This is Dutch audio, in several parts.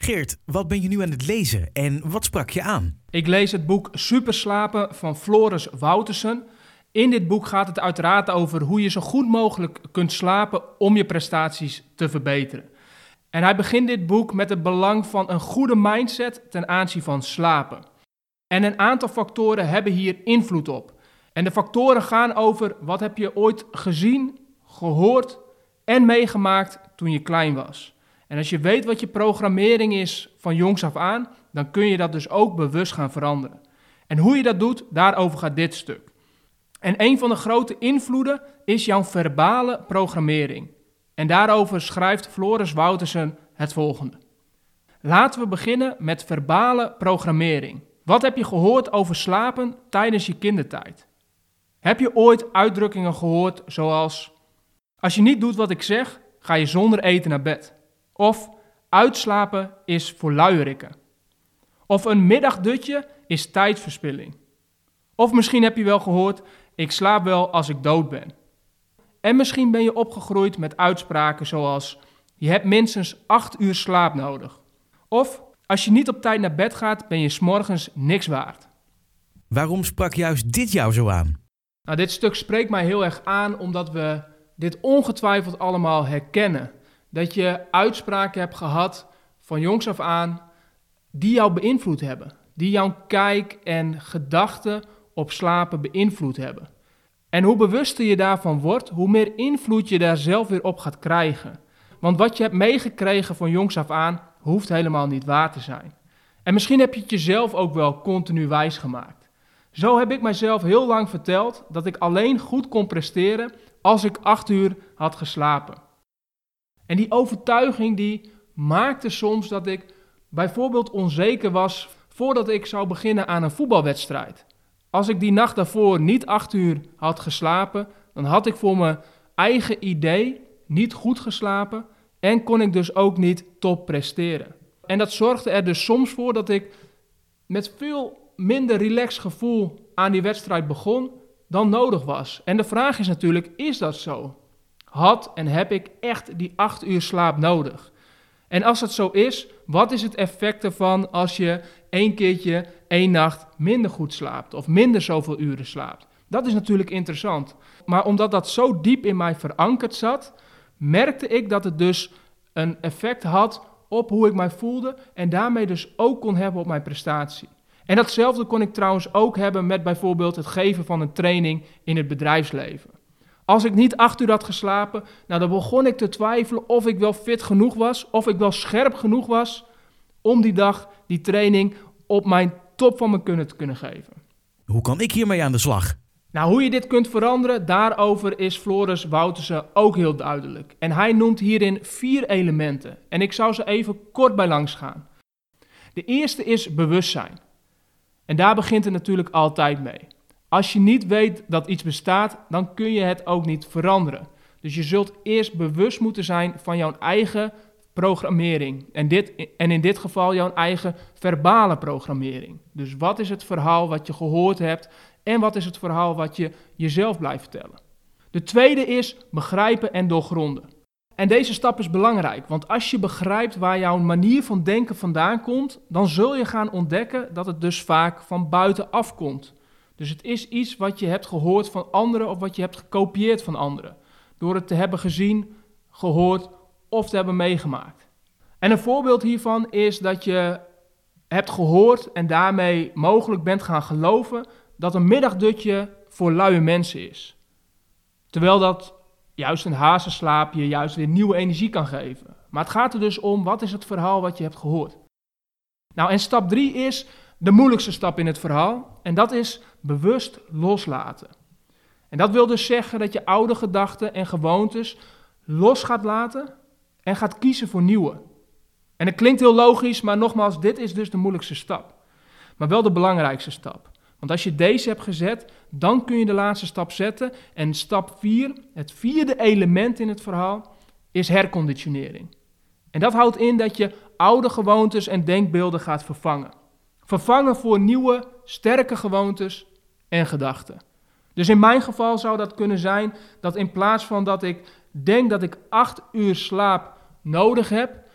Geert, wat ben je nu aan het lezen en wat sprak je aan? Ik lees het boek Superslapen van Floris Woutersen. In dit boek gaat het uiteraard over hoe je zo goed mogelijk kunt slapen om je prestaties te verbeteren. En hij begint dit boek met het belang van een goede mindset ten aanzien van slapen. En een aantal factoren hebben hier invloed op. En de factoren gaan over wat heb je ooit gezien, gehoord en meegemaakt toen je klein was. En als je weet wat je programmering is van jongs af aan, dan kun je dat dus ook bewust gaan veranderen. En hoe je dat doet, daarover gaat dit stuk. En een van de grote invloeden is jouw verbale programmering. En daarover schrijft Floris Woutersen het volgende. Laten we beginnen met verbale programmering. Wat heb je gehoord over slapen tijdens je kindertijd? Heb je ooit uitdrukkingen gehoord zoals: als je niet doet wat ik zeg, ga je zonder eten naar bed. Of uitslapen is voor luierikken. Of een middagdutje is tijdverspilling. Of misschien heb je wel gehoord: ik slaap wel als ik dood ben. En misschien ben je opgegroeid met uitspraken zoals: je hebt minstens 8 uur slaap nodig. Of als je niet op tijd naar bed gaat, ben je 's morgens niks waard. Waarom sprak juist dit jou zo aan? Nou, dit stuk spreekt mij heel erg aan omdat we dit ongetwijfeld allemaal herkennen. Dat je uitspraken hebt gehad van jongs af aan die jou beïnvloed hebben. Die jouw kijk en gedachten op slapen beïnvloed hebben. En hoe bewuster je daarvan wordt, hoe meer invloed je daar zelf weer op gaat krijgen. Want wat je hebt meegekregen van jongs af aan, hoeft helemaal niet waar te zijn. En misschien heb je het jezelf ook wel continu wijsgemaakt. Zo heb ik mijzelf heel lang verteld dat ik alleen goed kon presteren als ik 8 uur had geslapen. En die overtuiging die maakte soms dat ik bijvoorbeeld onzeker was voordat ik zou beginnen aan een voetbalwedstrijd. Als ik die nacht daarvoor niet 8 uur had geslapen, dan had ik voor mijn eigen idee niet goed geslapen en kon ik dus ook niet top presteren. En dat zorgde er dus soms voor dat ik met veel minder relaxed gevoel aan die wedstrijd begon dan nodig was. En de vraag is natuurlijk, is dat zo? Had en heb ik echt die 8 uur slaap nodig? En als het zo is, wat is het effect ervan als je 1 nacht minder goed slaapt of minder zoveel uren slaapt? Dat is natuurlijk interessant. Maar omdat dat zo diep in mij verankerd zat, merkte ik dat het dus een effect had op hoe ik mij voelde en daarmee dus ook kon hebben op mijn prestatie. En datzelfde kon ik trouwens ook hebben met bijvoorbeeld het geven van een training in het bedrijfsleven. Als ik niet 8 uur had geslapen, dan begon ik te twijfelen of ik wel fit genoeg was, of ik wel scherp genoeg was om die dag die training op mijn top van mijn kunnen te kunnen geven. Hoe kan ik hiermee aan de slag? Nou, hoe je dit kunt veranderen, daarover is Floris Woutersen ook heel duidelijk. En hij noemt hierin 4 elementen. En ik zou ze even kort bij langs gaan. De eerste is bewustzijn. En daar begint het natuurlijk altijd mee. Als je niet weet dat iets bestaat, dan kun je het ook niet veranderen. Dus je zult eerst bewust moeten zijn van jouw eigen programmering. En in dit geval jouw eigen verbale programmering. Dus wat is het verhaal wat je gehoord hebt en wat is het verhaal wat je jezelf blijft vertellen. De tweede is begrijpen en doorgronden. En deze stap is belangrijk, want als je begrijpt waar jouw manier van denken vandaan komt, dan zul je gaan ontdekken dat het dus vaak van buitenaf komt. Dus het is iets wat je hebt gehoord van anderen of wat je hebt gekopieerd van anderen. Door het te hebben gezien, gehoord of te hebben meegemaakt. En een voorbeeld hiervan is dat je hebt gehoord en daarmee mogelijk bent gaan geloven dat een middagdutje voor luie mensen is. Terwijl dat juist een hazenslaap je juist weer nieuwe energie kan geven. Maar het gaat er dus om, wat is het verhaal wat je hebt gehoord? Nou, en stap 3 is de moeilijkste stap in het verhaal. En dat is bewust loslaten. En dat wil dus zeggen dat je oude gedachten en gewoontes los gaat laten en gaat kiezen voor nieuwe. En het klinkt heel logisch, maar nogmaals, dit is dus de moeilijkste stap. Maar wel de belangrijkste stap. Want als je deze hebt gezet, dan kun je de laatste stap zetten. En stap 4, het 4e element in het verhaal, is herconditionering. En dat houdt in dat je oude gewoontes en denkbeelden gaat vervangen. Vervangen voor nieuwe, sterke gewoontes en gedachten. Dus in mijn geval zou dat kunnen zijn dat in plaats van dat ik denk dat ik 8 uur slaap nodig heb,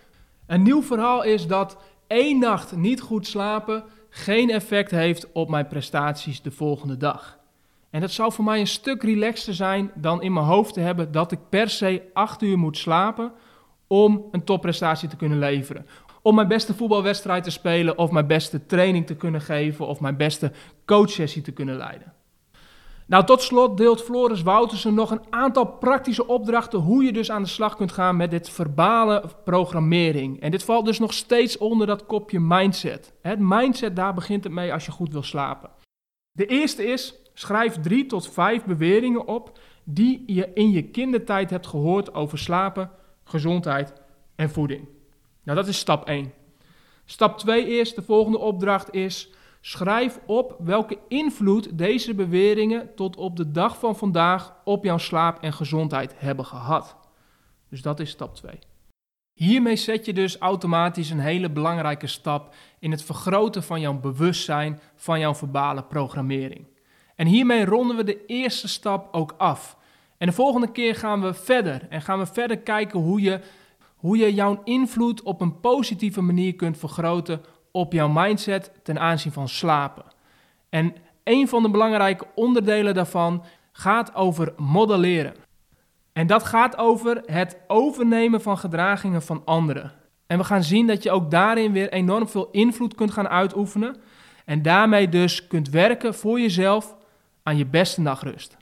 Een nieuw verhaal is dat 1 nacht niet goed slapen geen effect heeft op mijn prestaties de volgende dag. En dat zou voor mij een stuk relaxter zijn dan in mijn hoofd te hebben dat ik per se 8 uur moet slapen om een topprestatie te kunnen leveren. Om mijn beste voetbalwedstrijd te spelen of mijn beste training te kunnen geven of mijn beste coachsessie te kunnen leiden. Nou, tot slot deelt Floris Woutersen nog een aantal praktische opdrachten hoe je dus aan de slag kunt gaan met dit verbale programmering. En dit valt dus nog steeds onder dat kopje mindset. Het mindset, daar begint het mee als je goed wil slapen. De eerste is, schrijf 3 tot 5 beweringen op die je in je kindertijd hebt gehoord over slapen, gezondheid en voeding. Nou, dat is stap 1. Stap 2 is, de volgende opdracht is, schrijf op welke invloed deze beweringen tot op de dag van vandaag op jouw slaap en gezondheid hebben gehad. Dus dat is stap 2. Hiermee zet je dus automatisch een hele belangrijke stap in het vergroten van jouw bewustzijn van jouw verbale programmering. En hiermee ronden we de eerste stap ook af. En de volgende keer gaan we verder kijken hoe je jouw invloed op een positieve manier kunt vergroten op jouw mindset ten aanzien van slapen. En een van de belangrijke onderdelen daarvan gaat over modelleren. En dat gaat over het overnemen van gedragingen van anderen. En we gaan zien dat je ook daarin weer enorm veel invloed kunt gaan uitoefenen en daarmee dus kunt werken voor jezelf aan je beste nachtrust.